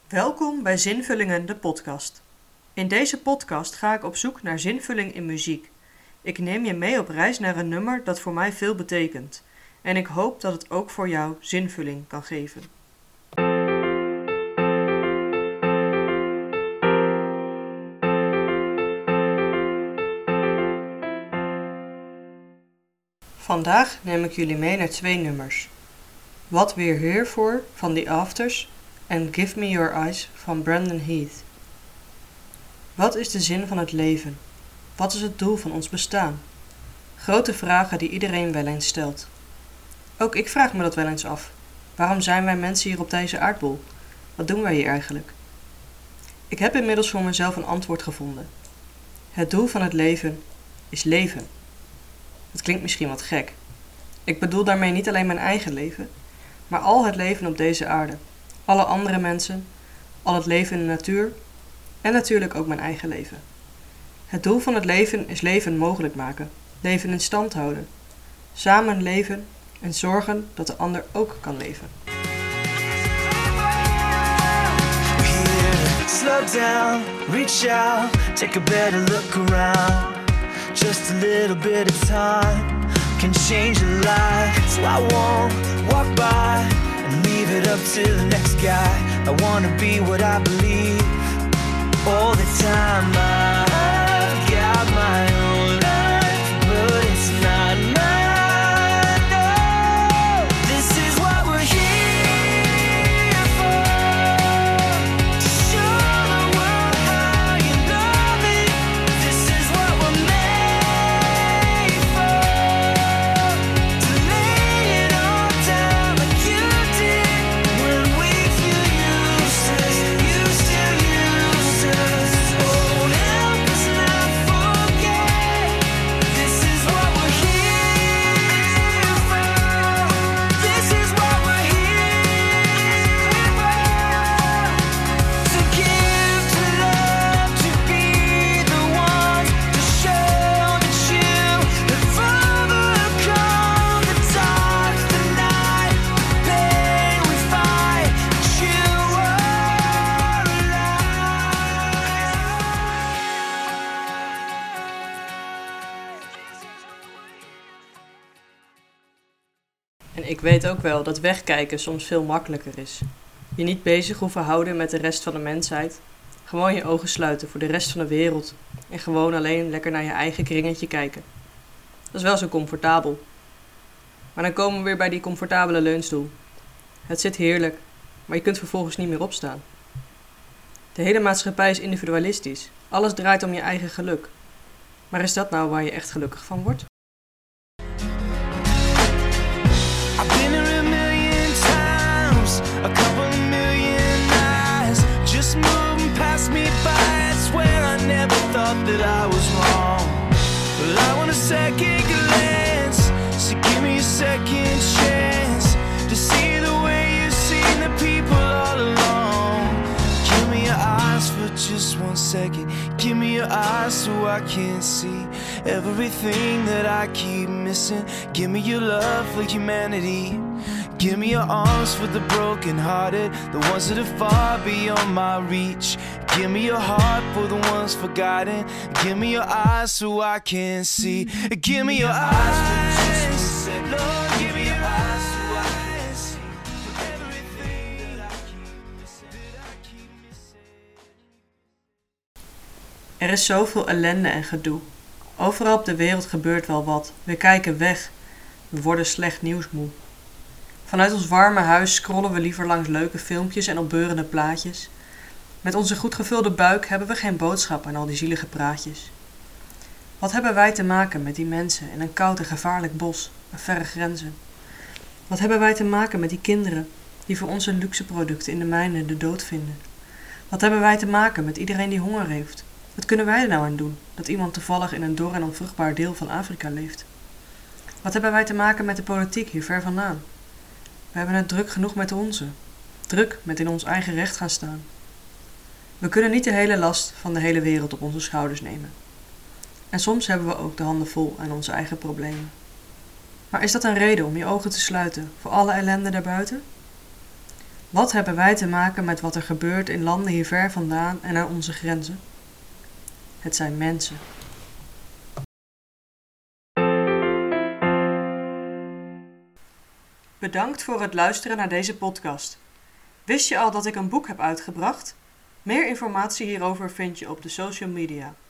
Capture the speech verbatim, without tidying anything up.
Welkom bij Zinvullingen, de podcast. In deze podcast ga ik op zoek naar zinvulling in muziek. Ik neem je mee op reis naar een nummer dat voor mij veel betekent. En ik hoop dat het ook voor jou zinvulling kan geven. Vandaag neem ik jullie mee naar twee nummers. What We're Here For van The Afters en Give Me Your Eyes van Brandon Heath. Wat is de zin van het leven? Wat is het doel van ons bestaan? Grote vragen die iedereen wel eens stelt. Ook ik vraag me dat wel eens af. Waarom zijn wij mensen hier op deze aardbol? Wat doen wij hier eigenlijk? Ik heb inmiddels voor mezelf een antwoord gevonden. Het doel van het leven is leven. Dat klinkt misschien wat gek. Ik bedoel daarmee niet alleen mijn eigen leven, maar al het leven op deze aarde. Alle andere mensen, al het leven in de natuur en natuurlijk ook mijn eigen leven. Het doel van het leven is leven mogelijk maken, leven in stand houden. Samen leven en zorgen dat de ander ook kan leven. Slow down, reach out, take a better look around. Just a little bit of time can change your life. So I won't walk by and leave it up to the next guy. I wanna be what I believe all the time. I've got my own life, but it's not mine. No, this is what we're here for. To show the world how you love it. This is what we're made for. To lay it all down like you did when we feel useless, used to use us. Oh, help us not forget. This is what we're here for. This is what we're here for. To give, to love, to be the ones to show that you have overcome the dark, the night, the pain we fight. That you are En ik weet ook wel dat wegkijken soms veel makkelijker is. Je niet bezig hoeven houden met de rest van de mensheid. Gewoon je ogen sluiten voor de rest van de wereld. En gewoon alleen lekker naar je eigen kringetje kijken. Dat is wel zo comfortabel. Maar dan komen we weer bij die comfortabele leunstoel. Het zit heerlijk, maar je kunt vervolgens niet meer opstaan. De hele maatschappij is individualistisch. Alles draait om je eigen geluk. Maar is dat nou waar je echt gelukkig van wordt? I've been here a million times, a couple million eyes just moving past me by. I swear I never thought that I was wrong. Well, I want a second glance, so give me a second chance to see the way you've seen the people all along. Give me your eyes for just one second. Give me your eyes so I can see everything that I keep missing. Give me your love for humanity. Give me your arms for the broken-hearted, the ones that are far beyond my reach. Give me your heart for the ones forgotten. Give me your eyes so I can see. Give me your eyes for just one second. Lord, give me your eyes so I can see everything that I keep missing. That I keep missing. Er is zoveel ellende en gedoe. Overal op de wereld gebeurt wel wat. We kijken weg. We worden slecht nieuws moe. Vanuit ons warme huis scrollen we liever langs leuke filmpjes en opbeurende plaatjes. Met onze goed gevulde buik hebben we geen boodschap aan al die zielige praatjes. Wat hebben wij te maken met die mensen in een koud en gevaarlijk bos en verre grenzen? Wat hebben wij te maken met die kinderen die voor onze luxe producten in de mijnen de dood vinden? Wat hebben wij te maken met iedereen die honger heeft? Wat kunnen wij er nou aan doen dat iemand toevallig in een dor en onvruchtbaar deel van Afrika leeft? Wat hebben wij te maken met de politiek hier ver vandaan? We hebben het druk genoeg met onze. Druk met in ons eigen recht gaan staan. We kunnen niet de hele last van de hele wereld op onze schouders nemen. En soms hebben we ook de handen vol aan onze eigen problemen. Maar is dat een reden om je ogen te sluiten voor alle ellende daarbuiten? Wat hebben wij te maken met wat er gebeurt in landen hier ver vandaan en aan onze grenzen? Het zijn mensen. Bedankt voor het luisteren naar deze podcast. Wist je al dat ik een boek heb uitgebracht? Meer informatie hierover vind je op de social media.